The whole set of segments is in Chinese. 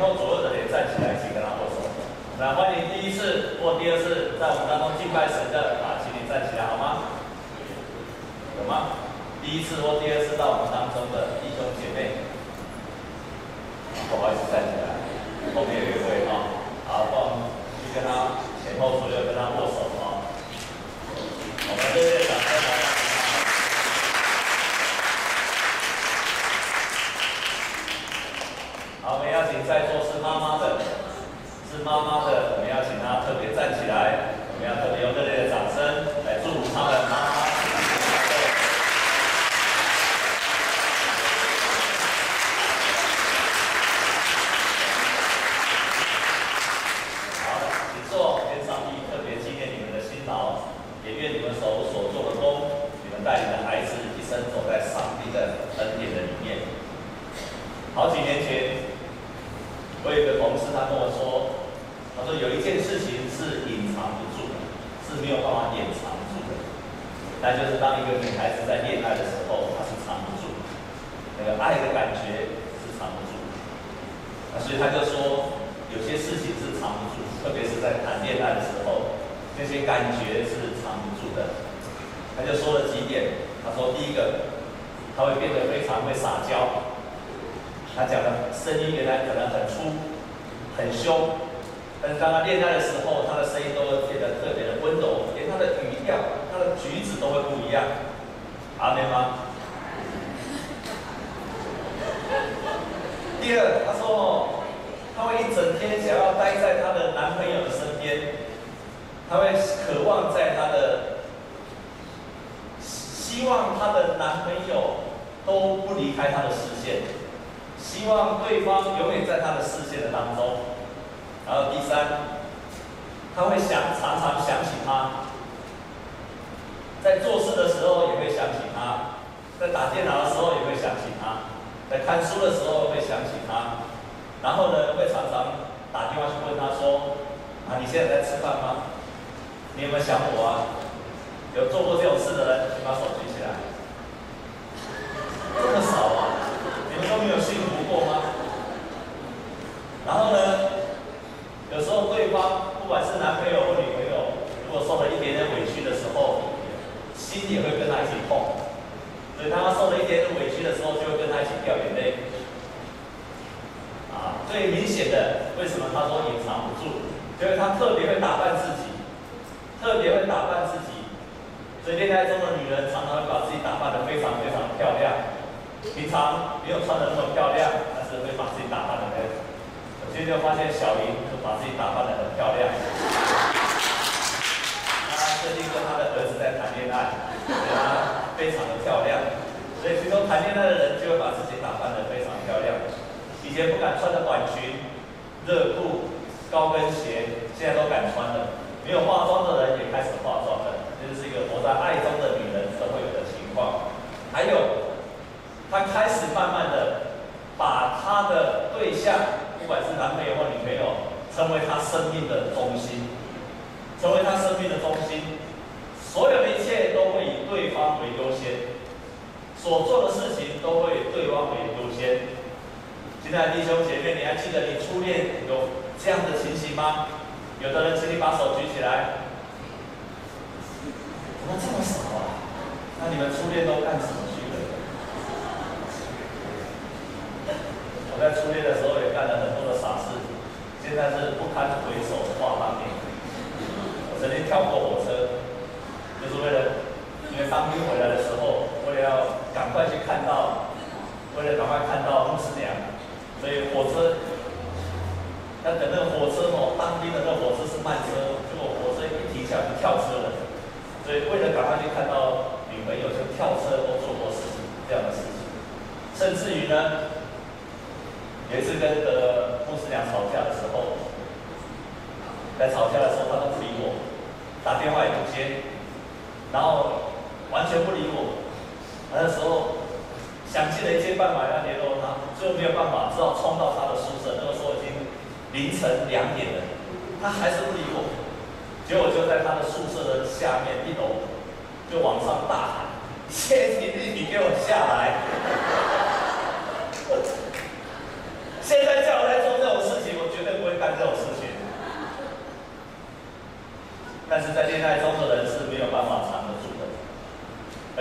后左右的人站起来，请跟他握手。那欢迎第一次或第二次在我们当中敬拜神的请你站起来好吗？有吗？第一次或第二次到我们当中的弟兄姐妹，不好意思站起来，后面有一位好，帮我们去跟他前后左右跟他握手我们热烈掌声来。好，我们邀请在座是妈妈的，我们邀请她特别站起来，我们要特别用热烈的掌声来祝福她的妈妈。好，请坐，愿上帝特别纪念你们的辛劳，也愿你们手所做的工，你们带领的孩子一生走在上帝的恩典的里面。好几年前，我有一个同事，他跟我说，他说有一件事情是隐藏不住的，是没有办法掩藏住的，那就是当一个女孩子在恋爱的时候，她是藏不住，那个爱的感觉是藏不住。所以他就说，有些事情是藏不住，特别是在谈恋爱的时候，那些感觉是藏不住的。他就说了几点，他说第一个，他会变得非常会撒娇。他讲的声音原来可能很粗、很凶，但是当他恋爱的时候，他的声音都会变得特别的温柔，连他的语调、他的举止都会不一样。阿们吗？第二，他说他会一整天想要待在他的男朋友的身边，他会渴望在希望他的男朋友都不离开他的视线。希望对方永远在他的视线的当中。然后第三，他会常常想起他，在做事的时候也会想起他，在打电脑的时候也会想起他，在看书的时候会想起他。然后呢，会常常打电话去问他说：“你现在在吃饭吗？你有没有想我啊？”有做过这种事的人，请把手举起来。这么少啊！你们都没有幸福过吗？然后呢，有时候对方不管是男朋友或女朋友，如果受了一点点委屈的时候，心也会跟他一起痛。所以当他受了一点点委屈的时候，就会跟他一起掉眼泪。最明显的，为什么他说隐藏不住？就是他特别会打扮自己，所以恋爱中的女人常常会把自己打扮得非常非常漂亮。平常没有穿得那么漂亮，但是会把自己打扮得很。我今天就发现小林就把自己打扮得很漂亮。他最近跟他的儿子在谈恋爱，所以他非常的漂亮。所以其中谈恋爱的人就会把自己打扮得非常漂亮。以前不敢穿的短裙、热裤、高跟鞋，现在都敢穿了。没有化妆的人也开始化妆了，这就是一个活在爱中的女人都会有的情况。还有。他开始慢慢的把他的对象，不管是男朋友或女朋友，成为他生命的中心，所有的一切都会以对方为优先，所做的事情都会以对方为优先。亲爱的弟兄姐妹，你还记得你初恋有这样的情形吗？有的人请你把手举起来。怎么这么少啊？那你们初恋都干什么去了？我在初恋的时候也干了很多的傻事，现在是不堪回首话当年。我曾经跳过火车，就是因为当兵回来的时候，为了要赶快看到牧师娘，所以火车要等那个火车当兵的那个火车是慢车，结果火车一停下来就跳车了，所以为了赶快去看到女朋友，就跳车都做过这样的事情，甚至于呢。有一次跟牧师娘吵架的时候，他都不理我，打电话也不接，然后完全不理我。那时候想尽了一切办法要联络他，最后没有办法，只好冲到他的宿舍。那个时候已经凌晨2点了，他还是不理我。结果就在他的宿舍的下面1楼，就往上大喊：“谢天地，你给我下来！”现在叫我来做这种事情，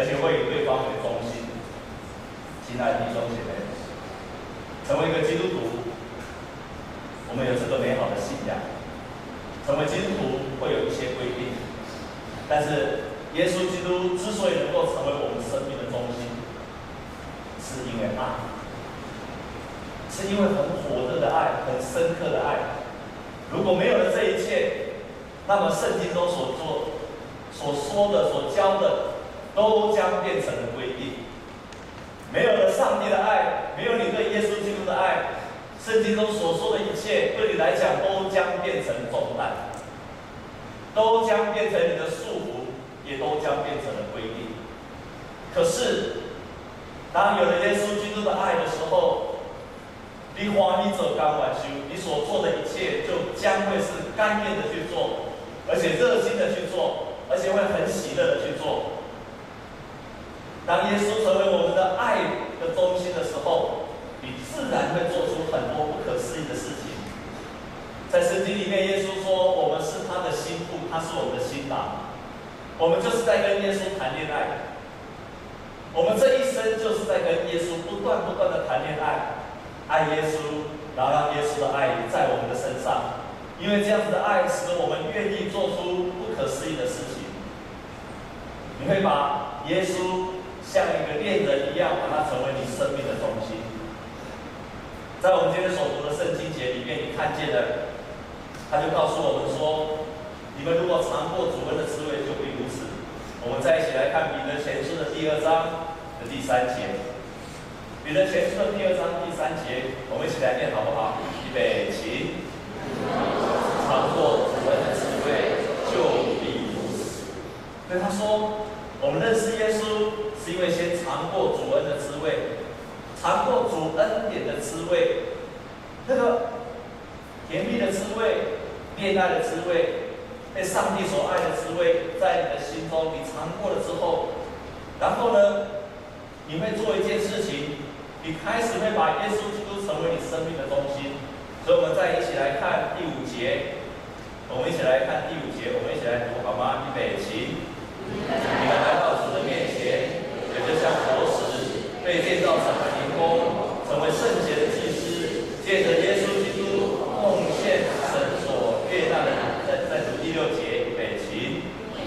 学会以对方为中心。亲爱的弟兄姐妹，成为一个基督徒，我们有这个美好的信仰。成为基督徒会有一些规定，但是耶稣基督之所以能够成为我们生命的中心，是因为爱，是因为很火热的爱，很深刻的爱。如果没有了这一切，那么圣经中所说的、所教的，都将变成了规定。没有了上帝的爱，没有你对耶稣基督的爱，圣经中所说的一切，对你来讲都将变成重担，都将变成你的束缚，也都将变成了规定。可是，当有了耶稣基督的爱的时候，你欢喜做甘愿修，你所做的一切就将会是甘愿的去做，而且热心的去做，而且会很喜乐的去做。当耶稣成为我们的爱的中心的时候，你自然会做出很多不可思议的事情。在圣经里面，耶稣说我们是他的心腹，他是我们的新郎，我们就是在跟耶稣谈恋爱。我们这一生就是在跟耶稣不断的谈恋爱，爱耶稣，然后让耶稣的爱在我们的身上，因为这样子的爱使得我们愿意做出不可思议的事情。你会把耶稣像一个恋人一样，把它成为你生命的中心。在我们今天所读的圣经节里面，你看见了，他就告诉我们说：你们如果尝过主恩的滋味，就必如此。我们再一起来看彼得前书的第2章的第3节。彼得前书的第2章第3节，我们一起来念好不好？预备起。尝过主恩的滋味，就必如此。所以他说，我们认识耶稣，是因为先尝过主恩的滋味，尝过主恩典的滋味，那个甜蜜的滋味、恋爱的滋味、被上帝所爱的滋味，在你的心中，你尝过了之后，然后呢，你会做一件事情，你开始会把耶稣基督成为你生命的中心。所以，我们再一起来看第5节，我们一起来看第5节，我们一起来读好吗？预备起。你们来到主的面前，也就像活石被建造成了灵宫，成为圣洁的祭司，借着耶稣基督奉献神所悦纳的人。再读第6节，预备起。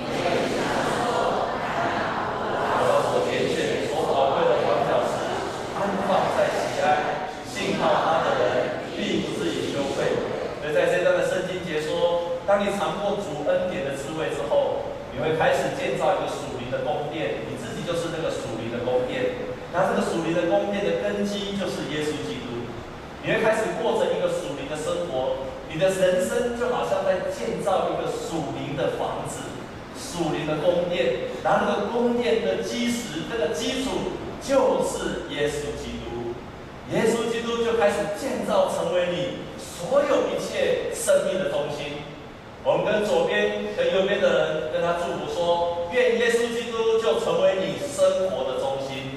我所拣选、所宝贵的黄角石，安放在西安，信靠他的人必不至于羞愧。所以在这段的圣经节说，当你尝过主恩典的滋味之后，你会开始建造一个属灵的宫殿，你自己就是那个属灵的宫殿。那这个属灵的宫殿的根基就是耶稣基督。你会开始过着一个属灵的生活，你的人生就好像在建造一个属灵的房子、属灵的宫殿。然后那个宫殿的基石，这个基础就是耶稣基督。耶稣基督就开始建造成为你所有一切生命的中心。我们跟左边、跟右边的人跟他祝福说：愿耶稣基督就成为你生活的中心。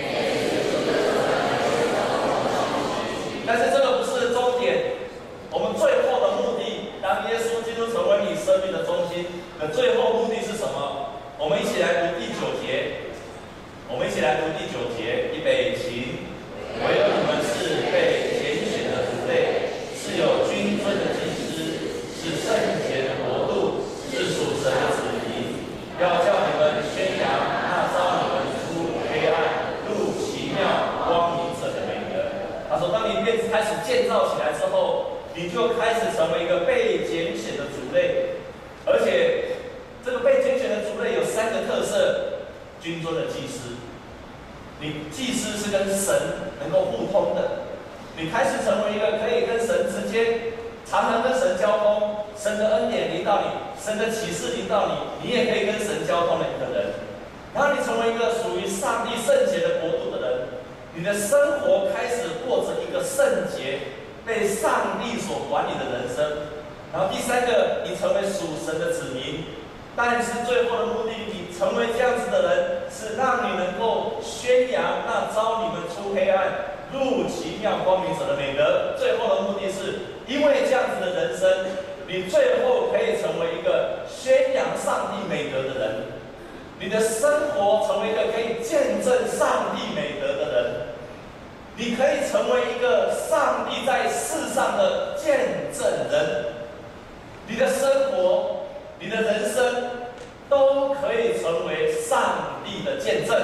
但是这个不是终点，我们最后的目的，当耶稣基督成为你生命的中心的最后目的是什么？我们一起来读第9节。我们一起来读第9节，预备起。唯有你们是被拣选的族类，是有君尊的祭司，是圣洁的国度，是属神的子民，要叫你们宣扬那召你们出黑暗入奇妙光明者的美德。他说，当你开始建造起来之后，你就开始成为一个被拣选的族类，而且这个被拣选的族类有3个特色：君尊的祭司。你祭司是跟神能够互通的，你开始成为一个可以跟神直接、常常跟神交通，神的恩典临到你，神的启示临到你，你也可以跟神交通的一个人。然后你成为一个属于上帝圣洁的国度的人，你的生活开始过着一个圣洁、被上帝所管理的人生。然后第3个，你成为属神的子民。但是最后的目的，你成为这样子的人，是让你能够宣扬那召你们出黑暗入奇妙光明者的美德。最后的目的是，因为这样子的人生，你最后可以成为一个宣扬上帝美德的人。 你的生活成为一个可以见证上帝美德的人，你可以成为一个上帝在世上的见证人。你的生活，你的人生，都可以成为上帝的见证。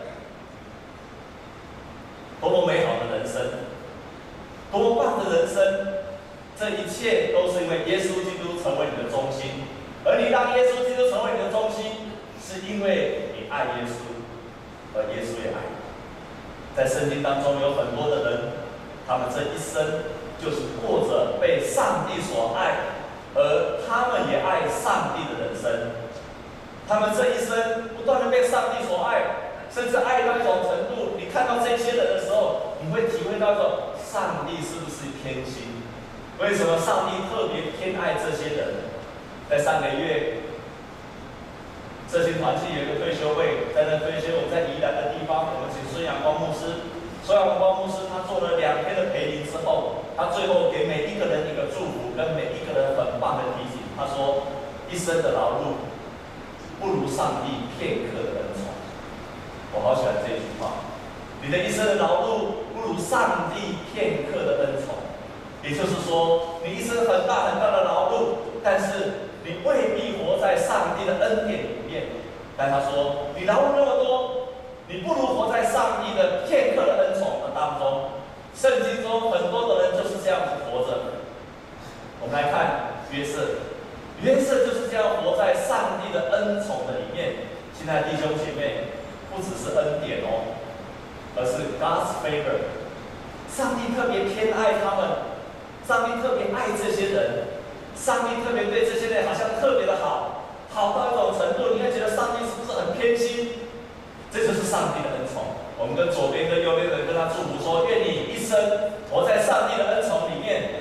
多么美好的人生，多么棒的人生！这一切都是因为耶稣基督成为你的中心，而你让耶稣基督成为你的中心，是因为你爱耶稣，而耶稣也爱你。在圣经当中有很多的人，他们这一生就是过着被上帝所爱，而他们也爱上帝的人生。他们这一生不断的被上帝所爱，甚至爱到一种程度，你看到这些人的时候，你会体会到一种上帝是不是偏心？为什么上帝特别偏爱这些人？在上个月，社青团契有一个退休会，在那退休，我们在宜兰的地方，我们请孙阳光牧师。孙阳光牧师他做了2天的陪灵之后，他最后给每一个人一个祝福，跟每一个人很棒的提醒。他说：一生的劳碌，不如上帝片刻的恩宠。我好喜欢这句话。你的一生的劳碌，不如上帝片刻的恩宠。也就是说，你一生很大很大的劳碌，但是你未必活在上帝的恩典里面。但他说，你劳碌那么多，你不如活在上帝的片刻的恩宠的当中。圣经中很多的人就是这样子活着。我们来看约瑟，约瑟就是这样活在上帝的恩宠的里面。亲爱的弟兄姐妹，不只是恩典哦，而是 God's favor。上帝特别偏爱他们，上帝特别爱这些人，上帝特别对这些人好像特别的好，好到一种程度，你会觉得上帝是不是很偏心？这就是上帝的恩宠。我们跟左边跟右边的人跟他祝福说：愿你一生活在上帝的恩宠里面。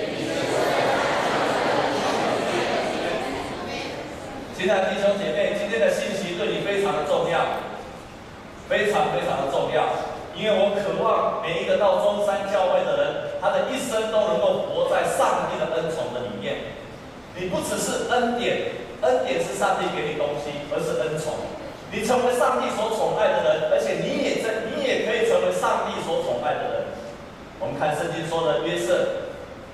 亲爱的弟兄姐妹，今天的信息对你非常的重要，非常非常的重要，因为我渴望每一个到中山教会的人，他的一生都能够活在上帝的恩宠的里面。你不只是恩典，恩典是上帝给你东西，而是恩宠。你成为上帝所宠爱的人，而且你也可以成为上帝所宠爱的人。我们看圣经说的约瑟，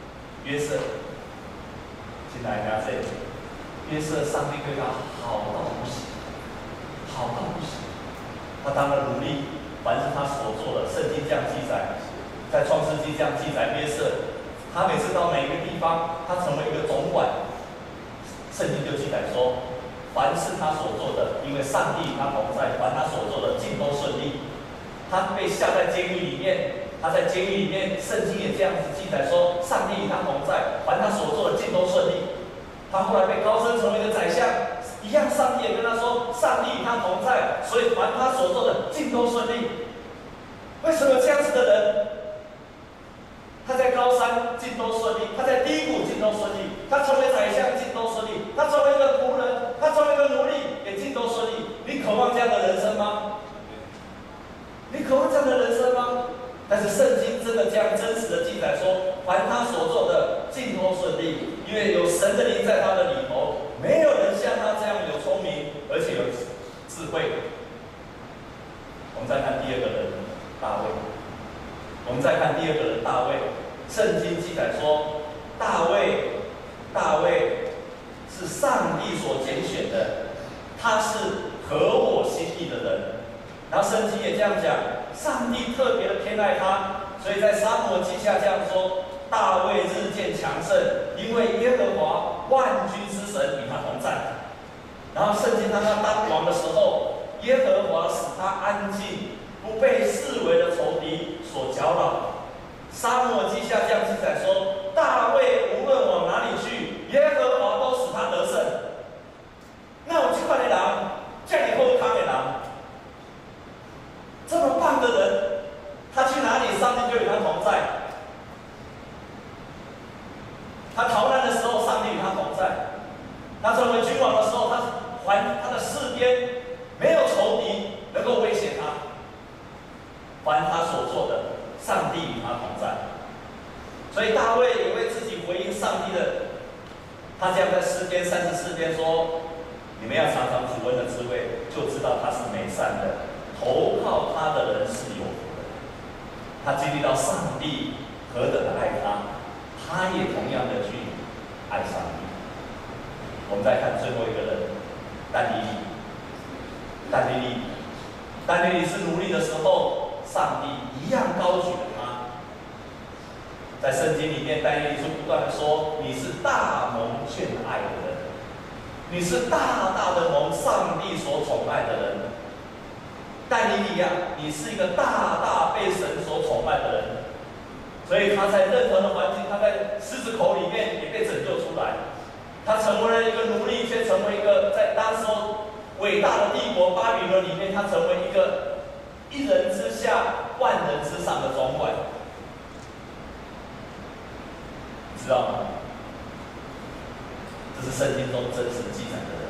请大家这里，约瑟上帝对他好到不行，好到不行。他当了奴隶，凡是他所做的，圣经这样记载，在创世纪这样记载约瑟，他每次到每一个地方，他成为一个总管，圣经就记载说，凡是他所做的，因为上帝与他同在，凡他所做的尽都顺利。他被下在监狱里面，他在监狱里面，圣经也这样子记载说，上帝与他同在，凡他所做的尽都顺利。他后来被高升成为一个宰相，一样上帝也跟他说，上帝与他同在，所以凡他所做的尽都顺利。为什么这样子的人，他在高山尽都顺利，他在低谷尽都顺利，他成为宰相尽都顺利，他成为一个仆人，他成为一个奴隶也尽都顺利。你渴望这样的人生吗？你渴望这样的人生吗？但是圣经真的这样真实的记载说，凡他所做的尽都顺利，因为有神的灵在他的里头，没有人像他这样有聪明，而且有智慧。我们再看第二个人大卫，圣经记载说，大卫是上帝所拣选的，他是合我心意的人。然后圣经也这样讲，上帝特别的偏爱他，所以在撒母耳记下这样说：大卫日渐强盛，因为耶和华万军之神与他同在。然后圣经让他当王的时候，耶和华使他安静，不被四围的仇敌所搅扰。撒母耳记下这样记载说，大卫无论往哪里去，耶和华都使他得胜。那我这块的人，这样以后他的人，这么棒的人，他去哪里，上帝就与他同在。他逃难的时候，上帝与他同在；他成为君王的时候，他的四边没有仇敌能够威胁他。凡他所做的，上帝与他同在。所以大卫也为自己回应上帝的，他这样在诗篇34篇说： 你们要尝尝主恩的滋味，就知道他是美善的。投靠他的人是有福的。他经历到上帝何等的爱他，他也同样的去爱上帝。我们再看最后一个人，但以理。但以理是奴隶的时候，上帝一样高举了他。在圣经里面，但以理就不断的说：“你是大蒙眷爱的人，你是大大的蒙上帝所宠爱的人。但以理啊，你是一个大大被神所宠爱的人。”所以他在任何的环境，他在狮子口里面也被拯救出来。他成为了一个奴隶，却成为一个在当时候伟大的帝国巴比伦里面，他成为一个一人之下、万人之上的总管。你知道吗？这是圣经中真实记载的人，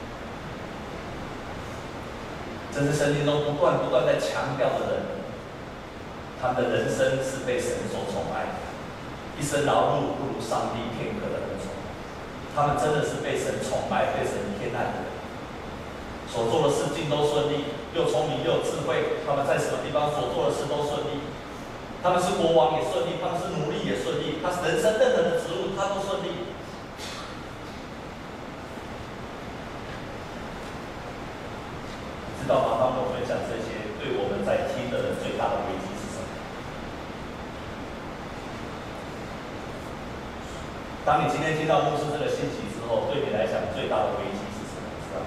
这是圣经中不断在强调的人。他们的人生是被神所宠爱的，一生劳碌不如上帝片刻的恩宠。他们真的是被神宠爱、被神偏爱的人，所做的事尽都顺利，又聪明又有智慧。他们在什么地方所做的事都顺利。他们是国王也顺利，他们是奴隶也顺利，他是人生任何的职务他都顺利。知道吗？当我分享这些，对我们在听的人最大的危机是什么？当你今天听到牧师这个信息之后，对你来讲最大的危机是什么？知道吗？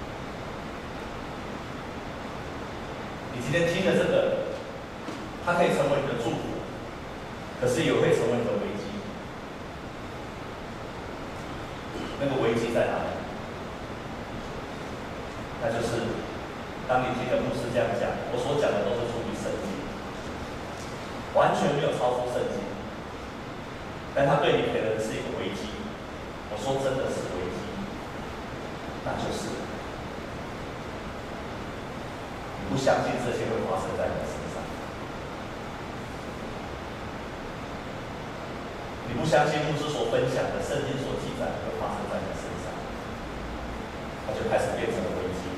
你今天听的这个，它可以成为你的祝福，可是也会成为你的危机。那个危机在哪里？那就是当你听了牧师这样讲，我所讲的都是出于圣经，完全没有超出圣经，但他对你可能是一个危机。我说真的是危机，那就是你不相信这些会发生在你身上，你不相信牧师所分享的圣经所记载会发生在你身上，它就开始变成了危机。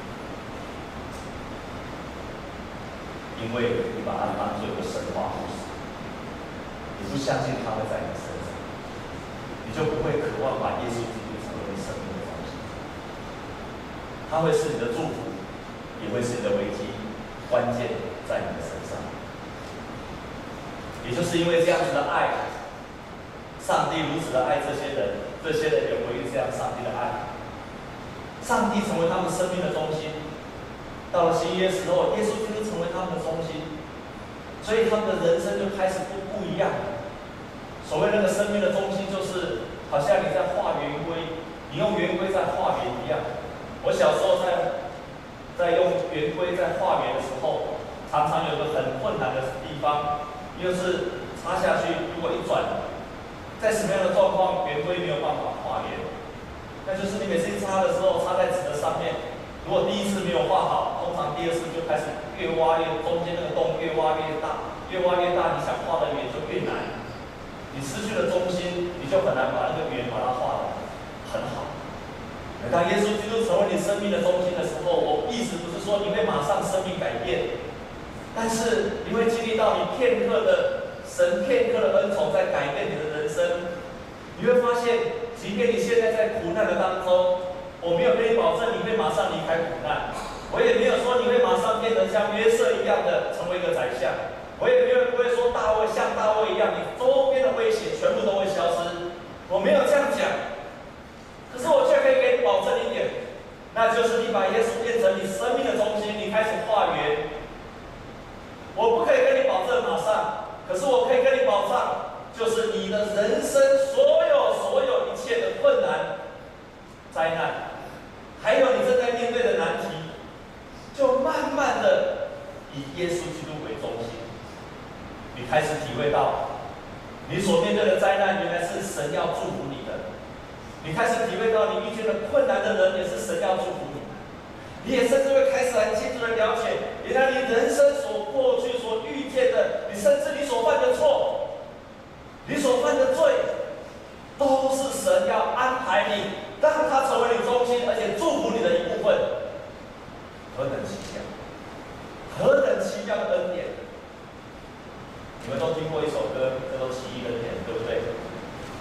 因为你把它当作一个神话故事，你不相信它会在你身上，你就不会渴望把耶稣基督成为你生命的中心。它会是你的祝福，也会是你的危机，关键在你的身上。也就是因为这样子的爱，上帝如此的爱这些人，这些人也回应这样上帝的爱，上帝成为他们生命的中心。到了新约时候，耶稣基督成为他们的中心，所以他们的人生就开始不一样。所谓那个生命的中心，就是好像你在画圆规，你用圆规在画圆一样。我小时候在用圆规在画圆的时候，常常有个很困难的地方，就是插下去，如果一转，在什么样的状况圆规没有办法画圆，那就是你每次插的时候，插在纸的上面。如果第一次没有画好，通常第二次就开始越挖越中间那个洞越挖越大，越挖越大，你想画的圆就越难。你失去了中心，你就很难把那个圆把它画得很好。当耶稣基督成为你生命的中心的时候，我意思不是说你会马上生命改变，但是你会经历到你片刻的神片刻的恩宠在改变你的人生。你会发现，即便你现在在苦难的当中，我没有跟你保证你会马上离开苦难，我也没有说你会马上变成像约瑟一样的成为一个宰相，我也不会说像大卫一样，你周边的威胁全部都会消失，我没有这样讲。可是我却可以给你保证一点，那就是你把耶稣变成你生命的中心，你开始化缘。我不可以跟你保证马上，可是我可以跟你保障，就是你的人生所有一切的困难、灾难。还有你正在面对的难题，就慢慢的以耶稣基督为中心，你开始体会到，你所面对的灾难原来是神要祝福你的，你开始体会到你遇见的困难的人也是神要祝福你，你也甚至会开始很清楚的了解，原来你人生所过去所遇见的，你甚至你所犯的错，你所犯的罪，都是神要安排你，让它成为你中心，而且祝福你的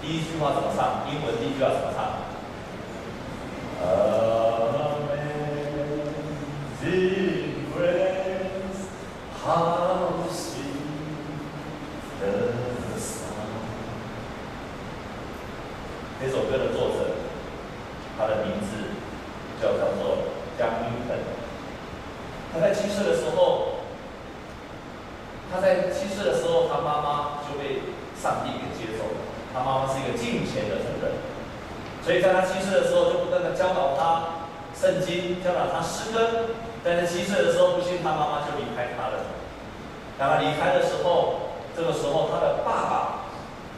第一句话怎么唱？英文第一句话怎么唱？Amazing grace, how sweet the sound。这首歌的作者，他的名字叫做江云腾。他在7岁的时候，他妈妈就被上帝给接走了。他妈妈是一个敬虔的人，所以在他7岁的时候，就不断的教导他圣经，教导他诗歌。但是7岁的时候，不幸他妈妈就离开他了。当他离开的时候，这个时候他的爸爸，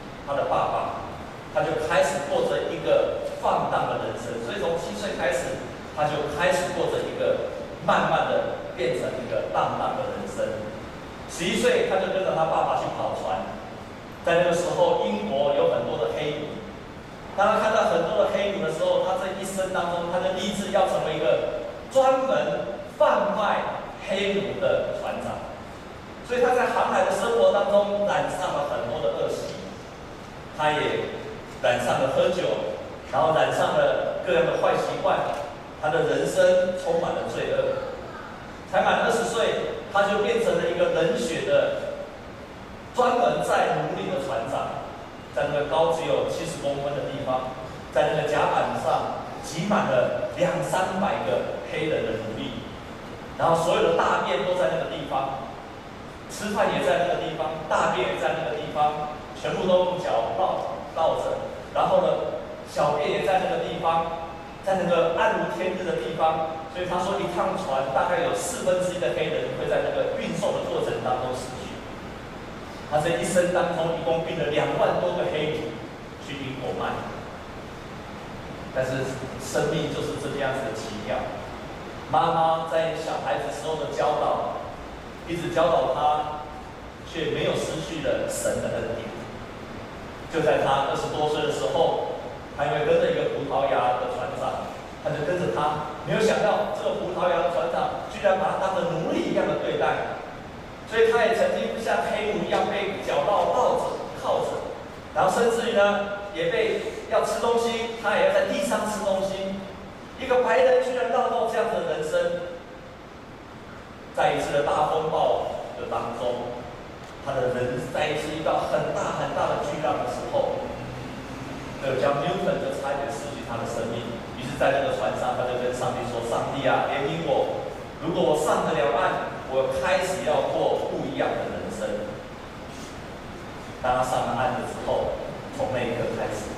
他就开始过着一个放荡的人生。所以从7岁开始，他就开始过着一个慢慢的变成一个浪荡的人生。11岁，他就跟着他爸爸去跑船。在那个时候，英国有很多的黑奴。当他看到很多的黑奴的时候，他这一生当中，他就立志要成为一个专门贩卖黑奴的船长。所以他在航海的生活当中染上了很多的恶习，他也染上了喝酒，然后染上了各样的坏习惯，他的人生充满了罪恶。才满20岁，他就变成了一个冷血的专门载奴隶的船长，在那个高只有70公分的地方，在那个甲板上挤满了200-300个黑人的奴隶，然后所有的大便都在那个地方，吃饭也在那个地方，大便也在那个地方，全部都用脚绕着，然后呢，小便也在那个地方，在那个暗无天日的地方。所以他说，一趟船大概有1/4的黑人会在那个运送的过程当中死去。他这一生当中一共运了2万多个黑奴去英国卖。但是生命就是这个样子的奇妙。妈妈在小孩子时候的教导，一直教导他，却没有失去了神的恩典。就在他20多岁的时候，他因为跟着一个葡萄牙的船长，他就跟着他，没有想到这个葡萄牙的船长居然把他当成奴隶一样的对待，所以他也曾经像黑奴一样被脚抱着、靠着，然后甚至于呢，也被要吃东西，他也要在地上吃东西。一个白人居然绕到这样的人生，在一次的大风暴的当中，他的人在一次遇到很大的巨浪的时候，这个John Newton就差一点失去他的生命。于是，在那个船上，他就跟上帝说：“上帝啊，怜悯我！如果我上得了岸，我开始要过不一样的人生。”当他上了岸的时候，从那一刻开始，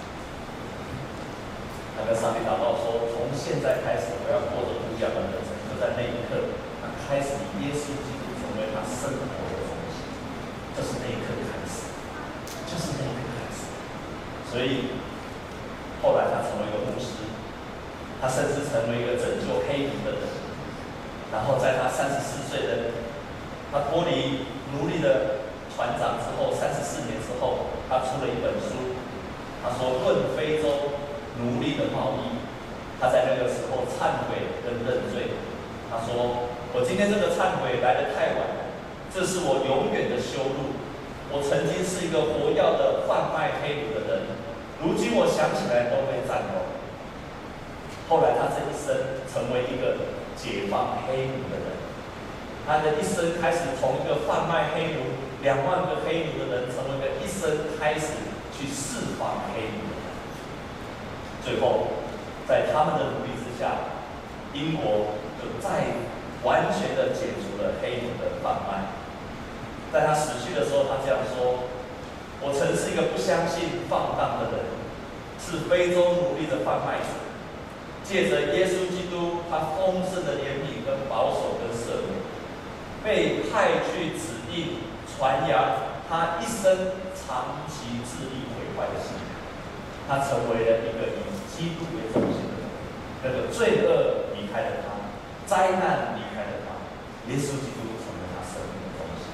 他跟上帝祷告说：“从现在开始，我要过着不一样的人生。”就在那一刻，他开始以耶稣基督成为他生活的中心。就是那一刻开始，就是那一刻开始。所以后来他成为一个牧师。他甚至成为一个拯救黑奴的人，然后在他34岁的，他脱离奴隶的船长之后，34年之后，他出了一本书，他说《论非洲奴隶的贸易》。他在那个时候忏悔跟认罪，他说：“我今天这个忏悔来得太晚了，这是我永远的羞辱。我曾经是一个活跃的贩卖黑奴的人，如今我想起来都会颤抖。”后来他这一生成为一个解放黑奴的人，他的一生开始从一个贩卖黑奴2万个黑奴的人，成为一生开始去释放黑奴的人。最后，在他们的努力之下，英国就再完全的解除了黑奴的贩卖。在他死去的时候，他这样说：“我曾是一个不相信放荡的人，是非洲奴隶的贩卖者。借着耶稣基督他丰盛的怜悯跟保守跟赦免，被派去指定传扬他一生长期致力毁坏的信仰。他成为了一个以基督为中心的人，那个罪恶离开了他，灾难离开了他，耶稣基督成为他生命的中心。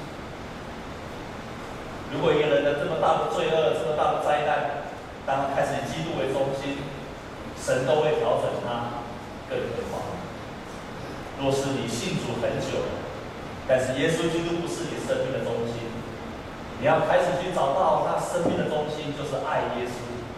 如果一个人的这么大的罪恶，这么大的灾难，当他开始以基督为中心，神都会调整他，更何况若是你信主很久了，但是耶稣基督不是你生命的中心，你要开始去找到那生命的中心，就是爱耶稣，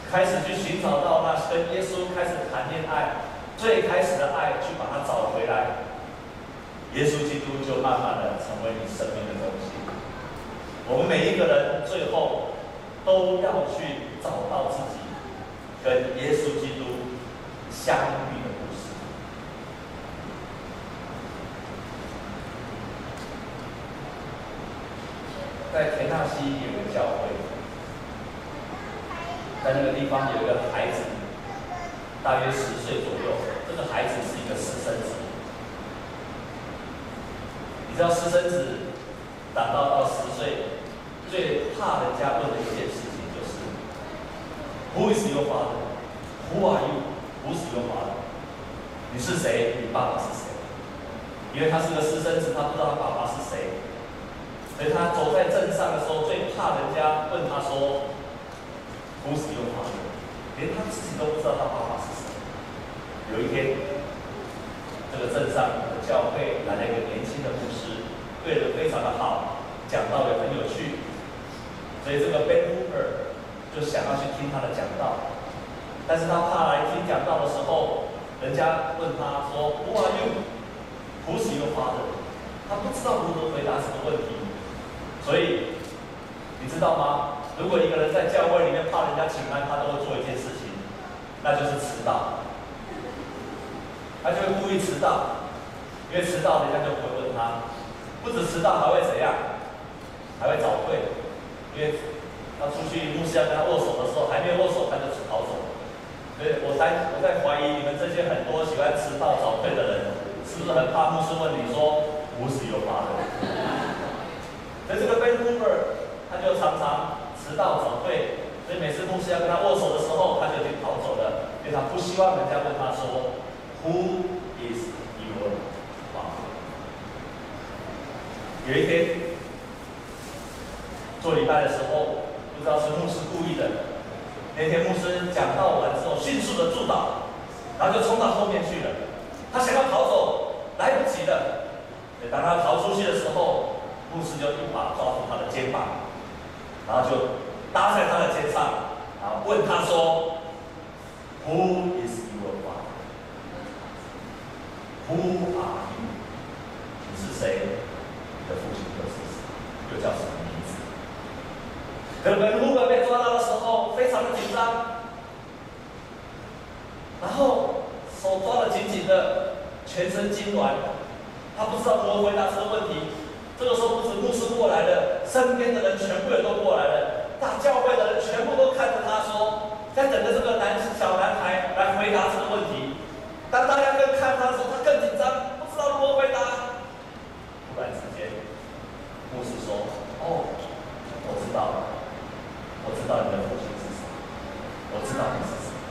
开始去寻找到那跟耶稣开始谈恋爱最开始的爱，去把它找回来。耶稣基督就慢慢的成为你生命的中心。我们每一个人最后都要去找到自己跟耶稣基督相遇的故事。在田纳西有个教会，在那个地方有一个孩子，大约10岁左右。这个孩子是一个私生子。你知道私生子长到10岁，最怕人家问的一件事情就是 Who is your father? Who are you? Who's your father? 你是谁？你爸爸是谁？因为他是个私生子，他不知道他爸爸是谁，所以他走在镇上的时候，最怕人家问他说 Who's your father? 连他自己都不知道他爸爸是谁。有一天，这个镇上的教会来了一个年轻的牧师，对人非常的好，讲道也很有趣，所以这个 Ben Hooper 就想要去听他的讲道，但是他怕来听讲道的时候，人家问他说 Who are you? Who's your father? 他不知道如何回答这个问题，所以你知道吗？如果一个人在教会里面怕人家请安，他都会做一件事情，那就是迟到。他就会故意迟到，因为迟到人家就不会问他，不止迟到还会怎样？还会早退，因为他出去牧师要跟他握手的时候，还没有握手他就逃走。所以我在怀疑你们这些很多喜欢迟到早退的人，是不是很怕牧师问你说50有8的？所以这个 Ben Hooper 他就常常迟到早退，所以每次牧师要跟他握手的时候，他就已经逃走了，因为他不希望人家问他说 Who is your father? 有一天做礼拜的时候，不知道是牧师故意的。那天牧师讲道完之后，迅速的助导，然后就冲到后面去了。他想要逃走，来不及了。当他逃出去的时候，牧师就一把抓住他的肩膀，然后就搭在他的肩上，然后问他说 ：“Who is your father? Who are you？ 你是谁？你的父亲又是谁？又叫什么名字？”可本路被抓到的时候，非常的紧张，然后手抓得紧紧的，全身痉挛，他不知道如何回答这个问题。这个时候，不止牧师过来了，身边的人全部也都过来了，大教会的人全部都看着他说，在等着这个小男孩来回答这个问题。当大家更看他的时候，他更紧张，不知道如何回答。突然之间，牧师说：“哦，我知道了，我知道你的父亲是谁，我知道你是谁，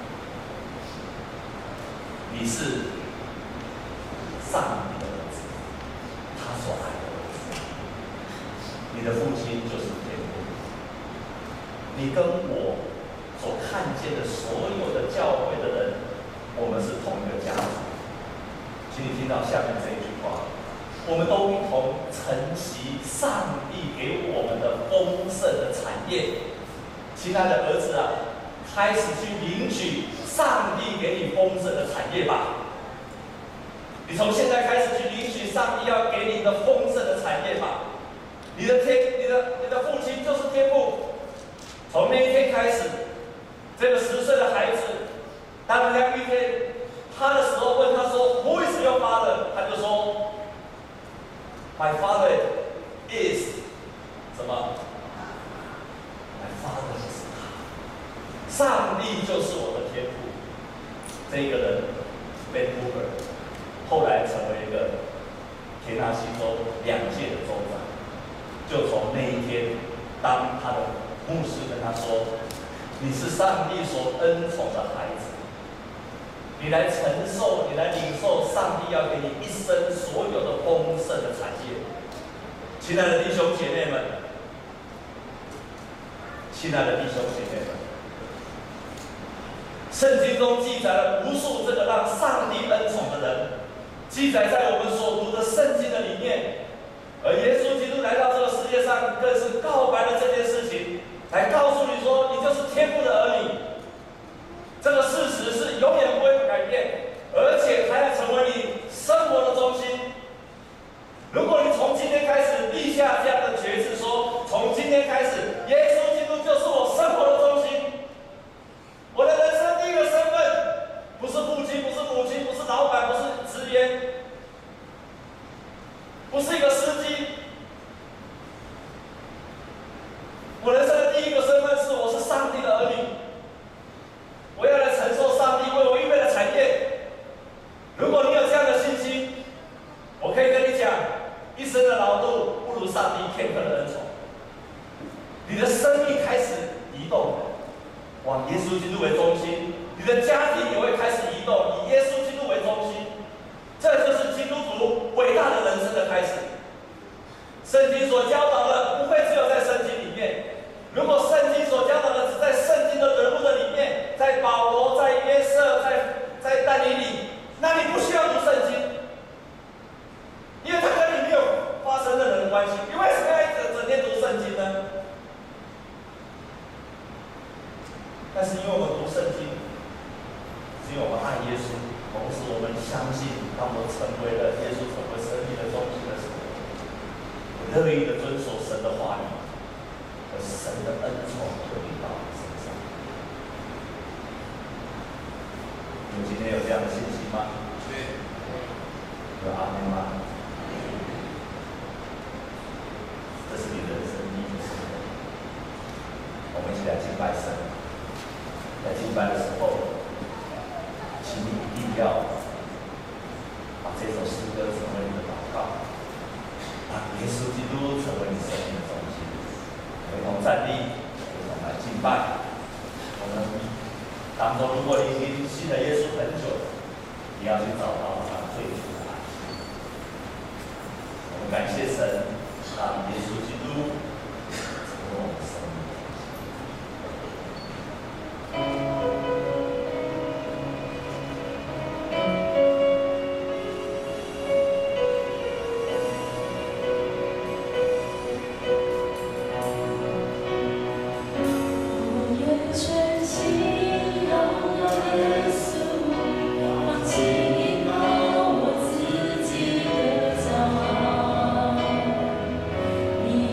你是上帝的儿子，他所爱的儿子。你的父亲就是天父。你跟我所看见的所有的教会的人，我们是同一个家族。请你听到下面这一句话：我们都一同承袭上帝给我们的丰盛的产业。亲爱的儿子啊，开始去领取上帝给你丰盛的产业吧。你从现在开始去领取上帝要给你的丰盛的产业吧。你的父亲就是天父。从那一天开始，这个10岁的孩子，当人家遇见他的时候，问他说 ：“Who is your father？” 他就说 ：“My father is 什么 ？My father is 他。上帝就是我的天父。”这个人 Ben Hooper 后来成为一个田纳西州2届的州长。就从那一天，当他的牧师跟他说：“你是上帝所恩宠的孩子，你来承受，你来领受上帝要给你一生所有的丰盛的产业。”亲爱的弟兄姐妹们，亲爱的弟兄姐妹们，圣经中记载了无数这个让上帝恩宠的人，记载在我们所读的圣经的里面。而耶稣基督来到这个世界上，更是告白了这件事情，来告诉你说，你就是天父的儿女。 往耶稣基督为中心，你的家庭也会开始移动，以耶稣基督为中心。这就是基督徒伟大的人生的开始。圣经所教导的不会只有在圣经里面，如果圣经所教导的只在圣经的人物的里面，在保罗、在约瑟、在但以理，那你不需要读圣经，因为它跟你没有发生任何的关系。你为什么要整天读圣经呢？但是因为我们读圣经，是因为我们爱耶稣，同时我们相信，当我们成为了耶稣成为生命的中心的时候，我乐意的遵守神的话语，而神的恩宠会临到我身上。你们今天有这样的信心吗？对。有阿门吗？这是你人生第一次。我们一起来敬拜神。在敬拜的时候，请你一定要把这首诗歌成为你的祷告，把耶稣基督成为你生命的中心。一同站立，一同来敬拜。我们当中，如果你已经信了耶稣很久，你要去找到他最初的爱。我们感谢神，让耶稣基督成为我们生命。 你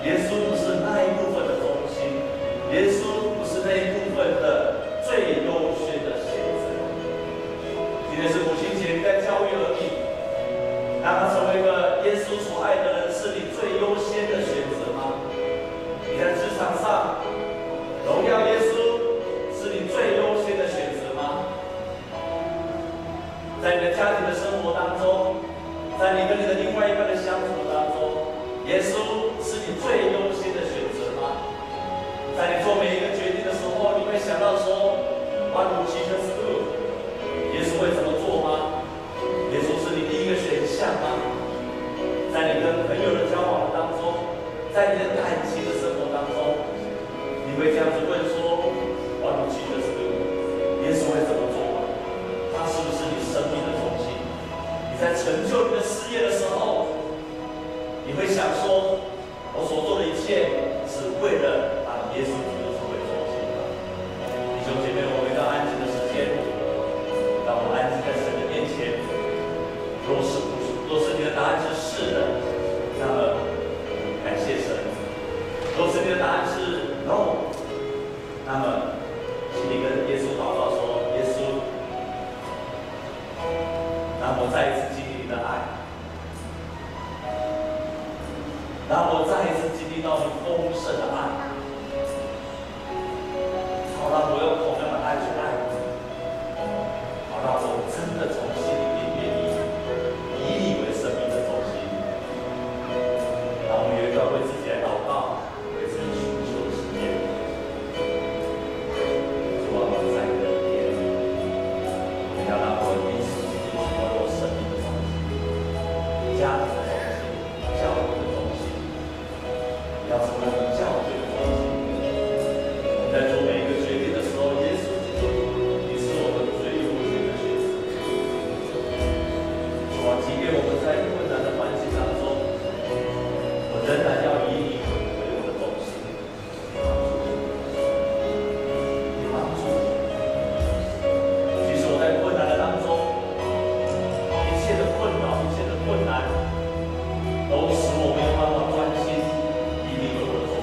耶稣不是那一部分的中心，耶稣不是那一部分的最优先的选择。今天是母亲节，你在教育儿女，让他成为一个耶稣所爱的人，是你最优先的选择吗？你在职场上荣耀耶稣是你最优先的选择吗？在你的家庭的生活当中，在你跟你的另外一半的相处当中，耶稣是你最优先的选择吗？在你做每一个决定的时候，你会想到说 ，What would Jesus do？ 耶稣会怎么做吗？耶稣是你第一个选项吗？在你跟朋友的交往当中，在你的感情的生活当中，你会这样子问说 ，What would Jesus do？ 耶稣会怎么做吗？他是不是你生命的中心？你在成就你的事业的时候，你会想说，我所做的一切是为了把耶稣基督作为中心吗？弟兄姐妹，我们到安静的时间，让我们安静在神的面前。若是你的答案是是的，那么感谢神；若是你的答案是 no， 那么请你跟耶稣祷告说：耶稣，让我再一次经历你的爱，让我再一次经历到你丰盛的爱，好让我用同样的爱去爱你，好让我真的从心里面愿意以你为生命的中心。让我们有一段为自己来祷告，为自己寻求的时间。主啊，我在你的里面，你要让我彼此经历成为我生命的中心，家庭的中心，教育的中心，要成为我们教会的中心。我们在做每一个决定的时候，耶稣基督，你是我们最优先的选择。主啊，即便我们在困难的环境当中，我仍然要以你为我的中心，你帮助我。即使我在困难的当中，一切的困扰，一切的困难，都使我没有办法专心以你为我的中心。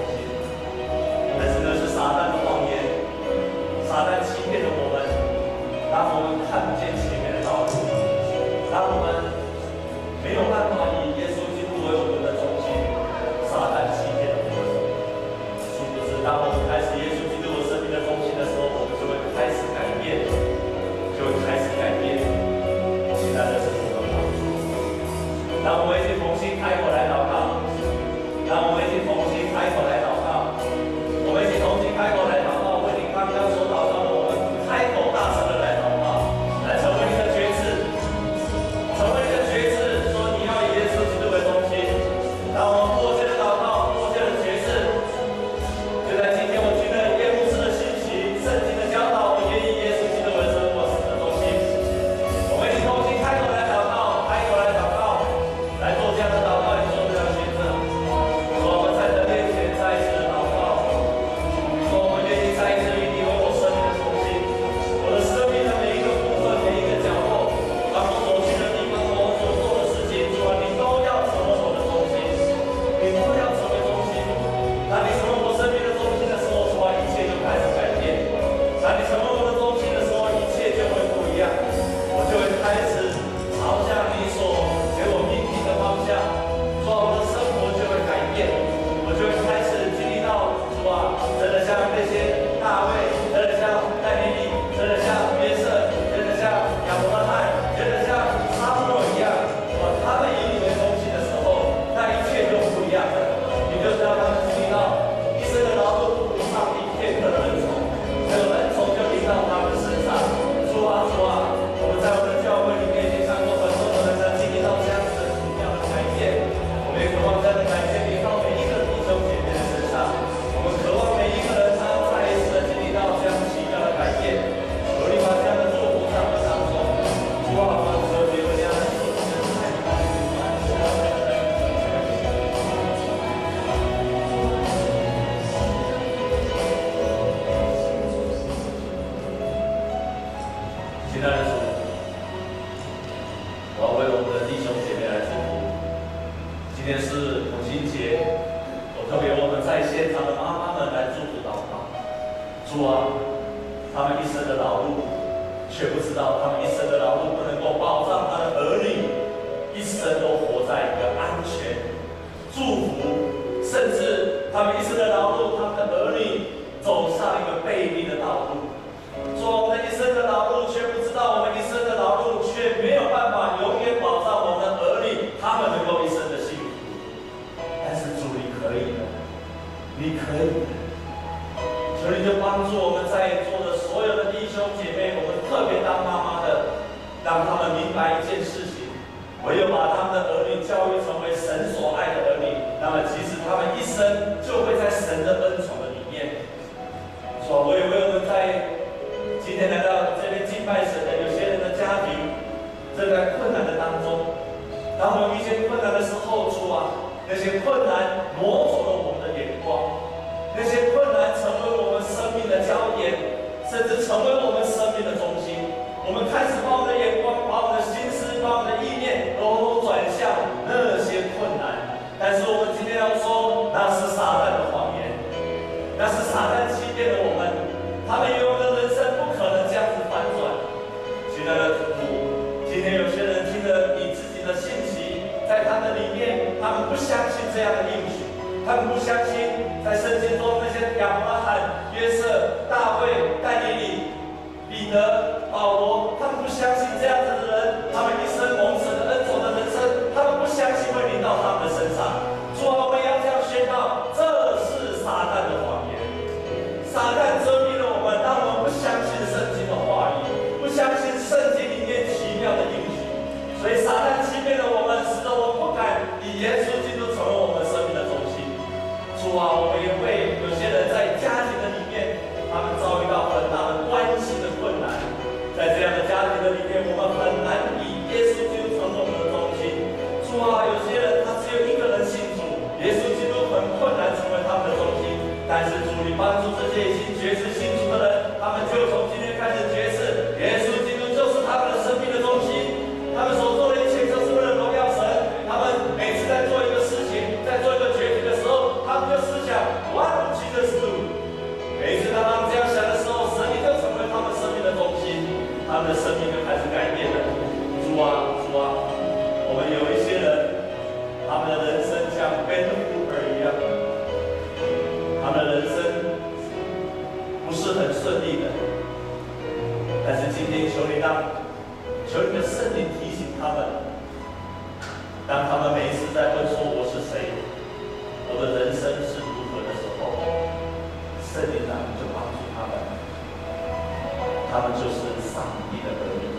主啊，他们一生的劳碌，却不知道他们一生的劳碌不能够保障他的儿女一生都活在一个安全、祝福，甚至他们一生的劳碌，他们的儿女走上一个背逆的道路。主啊，我们一生的劳碌，却不知道我们一生的劳碌，却没有办法永远保障我们的儿女他们能够一生的幸福。但是主，你可以的，你可以的。求你就帮助我们在座的所有的弟兄姐妹，我们特别当妈妈的，让他们明白一件事情：唯有把他们的儿女教育成为神所爱的儿女，那么即使他们一生就会在神的恩宠的里面。主啊，我也为我们在今天来到这边敬拜神的有些人的家庭，正在困难的当中。当我们遇见困难的时候，主啊，那些困难挪走了我们的眼光。那些困难成为我们生命的焦点，甚至成为我们生命的中心。我们开始把我们的眼光、把我们的心思、把我们的意念都转向那些困难。但是我们今天要说，那是撒旦的谎言，那是撒旦欺骗了我们。他们以为我们的人生不可能这样子反转。亲爱的主，今天有些人听了你自己的信息，在他们里面，他们不相信这样的应许。他们不相信，在圣经中那些亚伯拉罕、约瑟、大卫、但以理、彼得、保罗，他们不相信这样子的人，他们一生蒙神的恩宠的人生，他们不相信会临到他们的身上。主啊，我们要这样宣告：这是撒旦的谎言。撒旦遮蔽了我们，让我们不相信圣经的话语，不相信圣经里面奇妙的应许。所以撒旦欺骗了我们，使得我们不敢以耶稣基督成为我们生命的中心。主啊，我们也为有些人在家庭的里面，他们遭遇到很大的关系的困难，在这样的家庭的里面，我们很难以耶稣基督成为我们的中心。主啊，有些人他只有一个人信主，耶稣基督很困难成为他们的中心。但是主，你帮助这些已经决志信主的人，他们就从今天开始决志，耶稣基督就是他们的生命的中心。他们所做的一切就是为了荣耀神。他们每次在做一个事情，在做一个决定的时候，他们就思想 What would Jesus do？ 每一次当他们这样想的时候，神就成为他们生命的中心，他们的生命就开始改变了。主啊，主啊，我们有一些人，他们的人生像 Ben Hur 一样，他们的人生不是很顺利的。但是今天求你的圣灵提醒他们，当他们每一次在问说我是谁，我的人生是如何的时候，圣灵就帮助他们，他们就是上帝的儿女，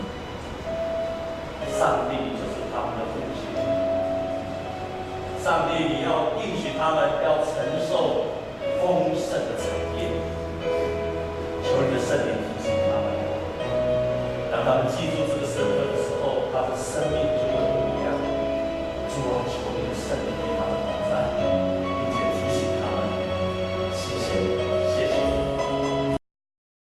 上帝就是他们的父亲。上帝，你要应许他们，